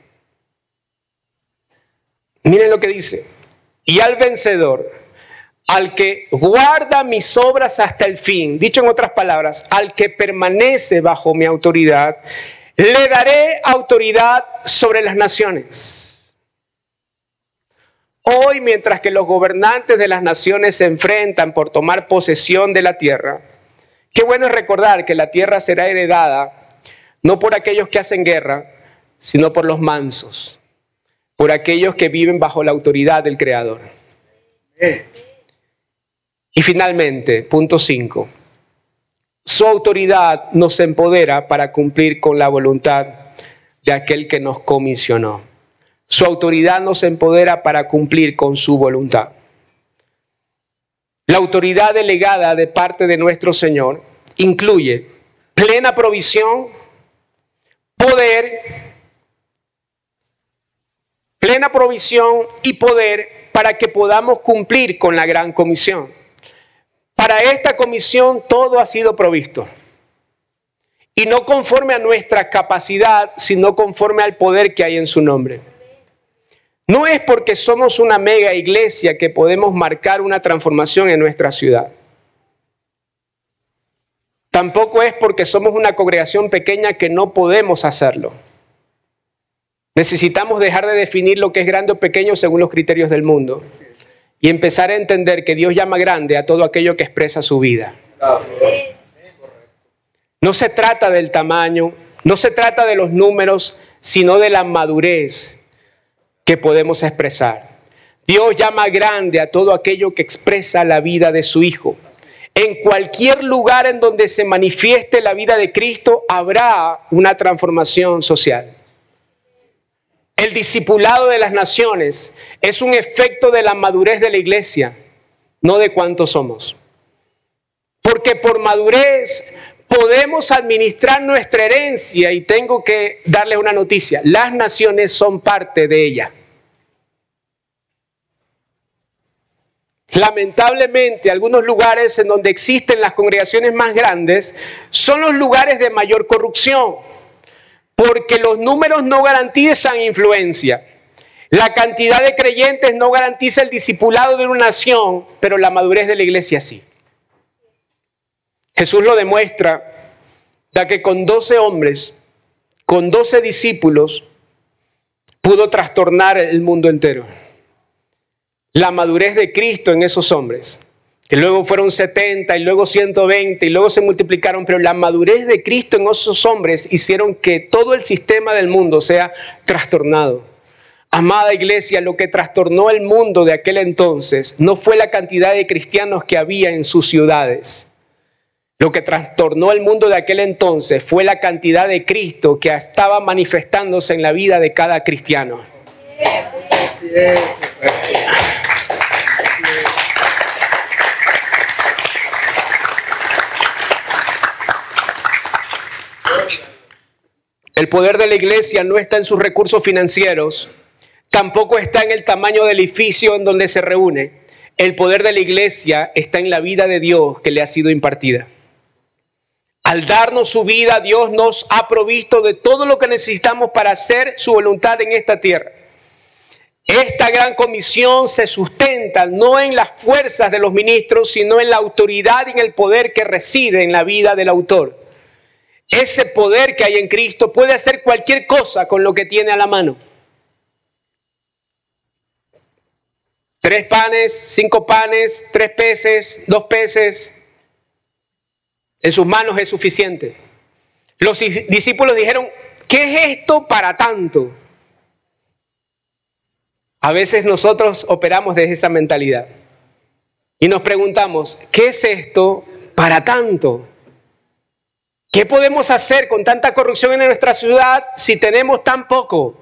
Miren lo que dice. Y al vencedor, al que guarda mis obras hasta el fin, dicho en otras palabras, al que permanece bajo mi autoridad, le daré autoridad sobre las naciones. Hoy, mientras que los gobernantes de las naciones se enfrentan por tomar posesión de la tierra, qué bueno es recordar que la tierra será heredada no por aquellos que hacen guerra, sino por los mansos, por aquellos que viven bajo la autoridad del Creador. Y finalmente, punto cinco, su autoridad nos empodera para cumplir con la voluntad de aquel que nos comisionó. Su autoridad nos empodera para cumplir con su voluntad. La autoridad delegada de parte de nuestro Señor incluye plena provisión, poder, plena provisión y poder para que podamos cumplir con la gran comisión. Para esta comisión todo ha sido provisto. Y no conforme a nuestra capacidad, sino conforme al poder que hay en su nombre. No es porque somos una mega iglesia que podemos marcar una transformación en nuestra ciudad. Tampoco es porque somos una congregación pequeña que no podemos hacerlo. Necesitamos dejar de definir lo que es grande o pequeño según los criterios del mundo y empezar a entender que Dios llama grande a todo aquello que expresa su vida. No se trata del tamaño, no se trata de los números, sino de la madurez que podemos expresar. Dios llama grande a todo aquello que expresa la vida de su Hijo. En cualquier lugar en donde se manifieste la vida de Cristo, habrá una transformación social. El discipulado de las naciones es un efecto de la madurez de la iglesia, no de cuántos somos. Porque por madurez podemos administrar nuestra herencia, y tengo que darles una noticia: las naciones son parte de ella. Lamentablemente, algunos lugares en donde existen las congregaciones más grandes son los lugares de mayor corrupción, porque los números no garantizan influencia. La cantidad de creyentes no garantiza el discipulado de una nación, pero la madurez de la iglesia sí. Jesús lo demuestra, ya que con doce hombres, con doce discípulos, pudo trastornar el mundo entero. La madurez de Cristo en esos hombres, que luego fueron setenta y luego ciento veinte y luego se multiplicaron, pero la madurez de Cristo en esos hombres hicieron que todo el sistema del mundo sea trastornado. Amada iglesia, lo que trastornó el mundo de aquel entonces no fue la cantidad de cristianos que había en sus ciudades. Lo que trastornó el mundo de aquel entonces fue la cantidad de Cristo que estaba manifestándose en la vida de cada cristiano. Así es. El poder de la iglesia no está en sus recursos financieros, tampoco está en el tamaño del edificio en donde se reúne. El poder de la iglesia está en la vida de Dios que le ha sido impartida. Al darnos su vida, Dios nos ha provisto de todo lo que necesitamos para hacer su voluntad en esta tierra. Esta gran comisión se sustenta no en las fuerzas de los ministros, sino en la autoridad y en el poder que reside en la vida del autor. Ese poder que hay en Cristo puede hacer cualquier cosa con lo que tiene a la mano. Tres panes, cinco panes, tres peces, dos peces. En sus manos es suficiente. Los discípulos dijeron, ¿qué es esto para tanto? A veces nosotros operamos desde esa mentalidad. Y nos preguntamos, ¿qué es esto para tanto? ¿Qué podemos hacer con tanta corrupción en nuestra ciudad si tenemos tan poco?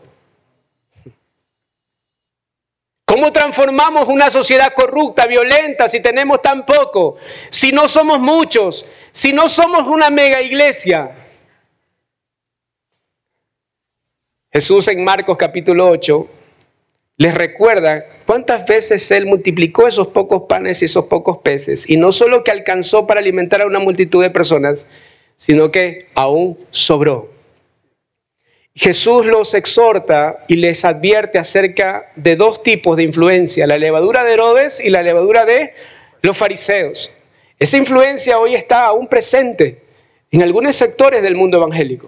¿Cómo transformamos una sociedad corrupta, violenta, si tenemos tan poco? Si no somos muchos, si no somos una mega iglesia. Jesús en Marcos capítulo ocho les recuerda cuántas veces Él multiplicó esos pocos panes y esos pocos peces. Y no solo que alcanzó para alimentar a una multitud de personas, sino que aún sobró. Jesús los exhorta y les advierte acerca de dos tipos de influencia, la levadura de Herodes y la levadura de los fariseos. Esa influencia hoy está aún presente en algunos sectores del mundo evangélico.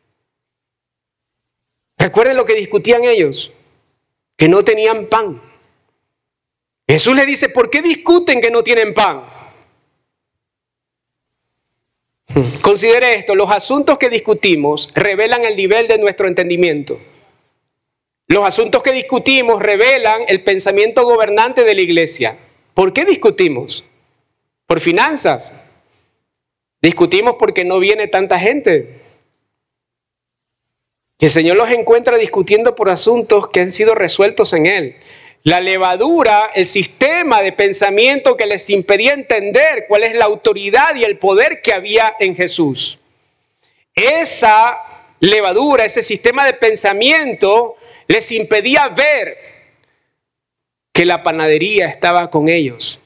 Recuerden lo que discutían ellos, que no tenían pan. Jesús les dice, ¿por qué discuten que no tienen pan? Considere esto, los asuntos que discutimos revelan el nivel de nuestro entendimiento. Los asuntos que discutimos revelan el pensamiento gobernante de la iglesia. ¿Por qué discutimos? ¿Por finanzas? Discutimos porque no viene tanta gente. Y el Señor los encuentra discutiendo por asuntos que han sido resueltos en Él. La levadura, el sistema de pensamiento que les impedía entender cuál es la autoridad y el poder que había en Jesús. Esa levadura, ese sistema de pensamiento les impedía ver que la panadería estaba con ellos.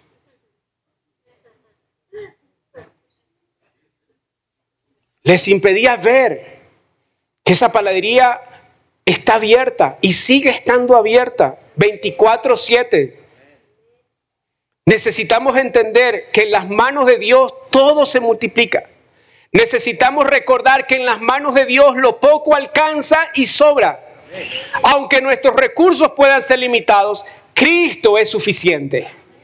Les impedía ver que esa panadería está abierta y sigue estando abierta veinticuatro siete. Necesitamos entender que en las manos de Dios todo se multiplica. Necesitamos recordar que en las manos de Dios lo poco alcanza y sobra. Aunque nuestros recursos puedan ser limitados, Cristo es suficiente.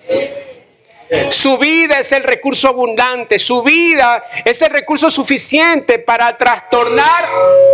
Su vida es el recurso abundante. Su vida es el recurso suficiente para trastornar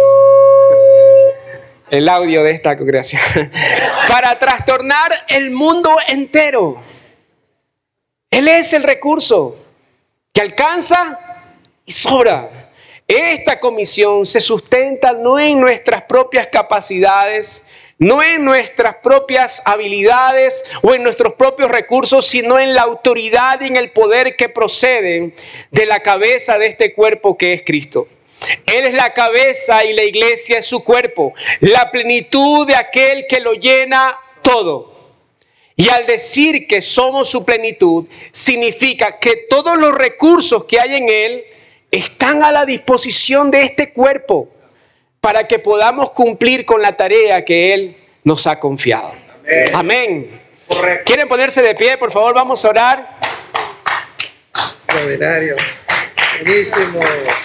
el audio de esta congregación, para trastornar el mundo entero. Él es el recurso que alcanza y sobra. Esta comisión se sustenta no en nuestras propias capacidades, no en nuestras propias habilidades o en nuestros propios recursos, sino en la autoridad y en el poder que proceden de la cabeza de este cuerpo que es Cristo. Él es la cabeza y la iglesia es su cuerpo, la plenitud de aquel que lo llena todo. Y al decir que somos su plenitud, significa que todos los recursos que hay en Él están a la disposición de este cuerpo para que podamos cumplir con la tarea que Él nos ha confiado. Amén. Amén. Correcto. ¿Quieren ponerse de pie? Por favor, vamos a orar. Extraordinario. Buenísimo.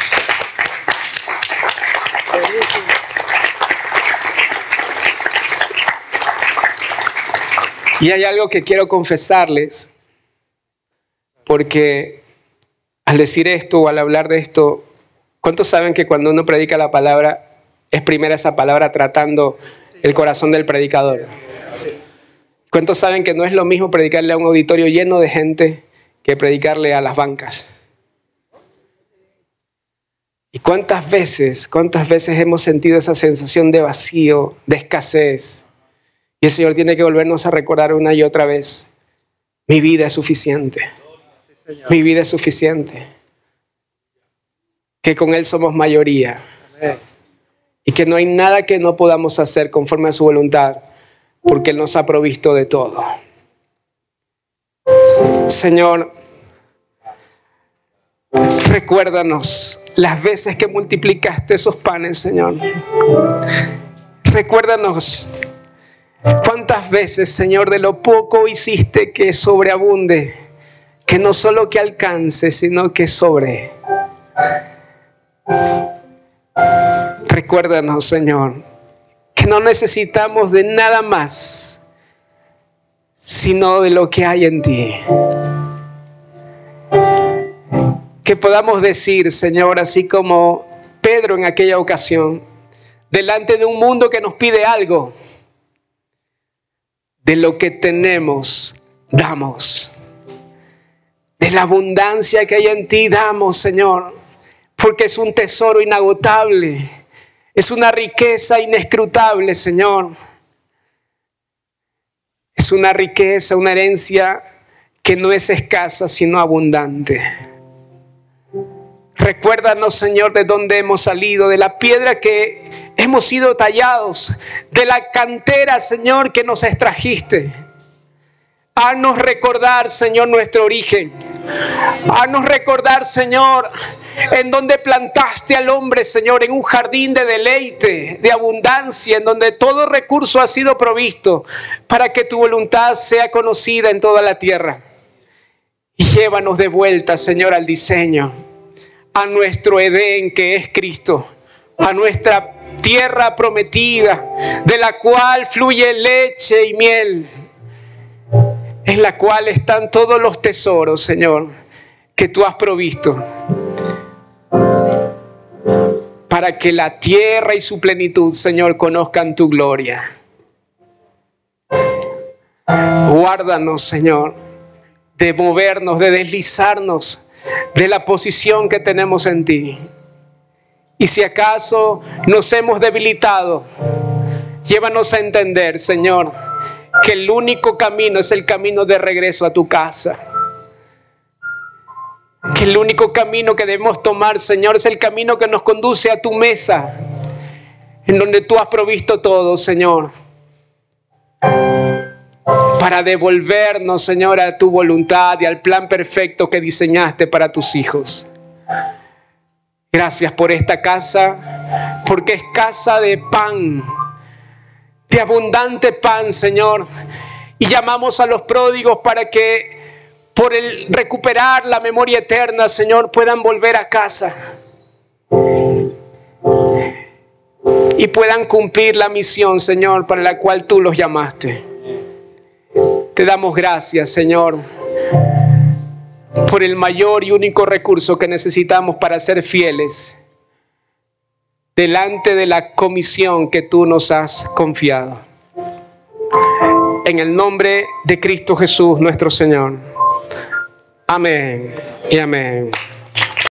Buenísimo. Y hay algo que quiero confesarles, porque al decir esto o al hablar de esto, ¿cuántos saben que cuando uno predica la palabra, es primera esa palabra tratando el corazón del predicador? ¿Cuántos saben que no es lo mismo predicarle a un auditorio lleno de gente que predicarle a las bancas? ¿Y cuántas veces, cuántas veces hemos sentido esa sensación de vacío, de escasez? Y el Señor tiene que volvernos a recordar una y otra vez, mi vida es suficiente. Mi vida es suficiente. Que con Él somos mayoría. Amén. Y que no hay nada que no podamos hacer conforme a su voluntad, porque Él nos ha provisto de todo. Señor, recuérdanos las veces que multiplicaste esos panes, Señor. Recuérdanos cuántas veces, Señor, de lo poco hiciste que sobreabunde, que no solo que alcance, sino que sobre. Recuérdanos, Señor, que no necesitamos de nada más, sino de lo que hay en ti. Que podamos decir, Señor, así como Pedro en aquella ocasión, delante de un mundo que nos pide algo, de lo que tenemos, damos. De la abundancia que hay en ti, damos, Señor, porque es un tesoro inagotable. Es una riqueza inescrutable, Señor. Es una riqueza, una herencia que no es escasa, sino abundante. Recuérdanos, Señor, de dónde hemos salido, de la piedra que hemos sido tallados, de la cantera, Señor, que nos extrajiste. Haznos recordar, Señor, nuestro origen. Haznos recordar, Señor, en donde plantaste al hombre, Señor, en un jardín de deleite, de abundancia, en donde todo recurso ha sido provisto para que tu voluntad sea conocida en toda la tierra. Y llévanos de vuelta, Señor, al diseño, a nuestro Edén que es Cristo, a nuestra tierra prometida, de la cual fluye leche y miel, en la cual están todos los tesoros, Señor, que tú has provisto, para que la tierra y su plenitud, Señor, conozcan tu gloria. Guárdanos, Señor, de movernos, de deslizarnos de la posición que tenemos en ti. Y si acaso nos hemos debilitado, llévanos a entender, Señor, que el único camino es el camino de regreso a tu casa. Que el único camino que debemos tomar, Señor, es el camino que nos conduce a tu mesa, en donde tú has provisto todo, Señor, para devolvernos, Señor, a tu voluntad y al plan perfecto que diseñaste para tus hijos. Gracias por esta casa, porque es casa de pan, de abundante pan, Señor. Y llamamos a los pródigos para que, por el recuperar la memoria eterna, Señor, puedan volver a casa y puedan cumplir la misión, Señor, para la cual tú los llamaste. Te damos gracias, Señor, por el mayor y único recurso que necesitamos para ser fieles delante de la comisión que tú nos has confiado. En el nombre de Cristo Jesús, nuestro Señor. Amén y amén.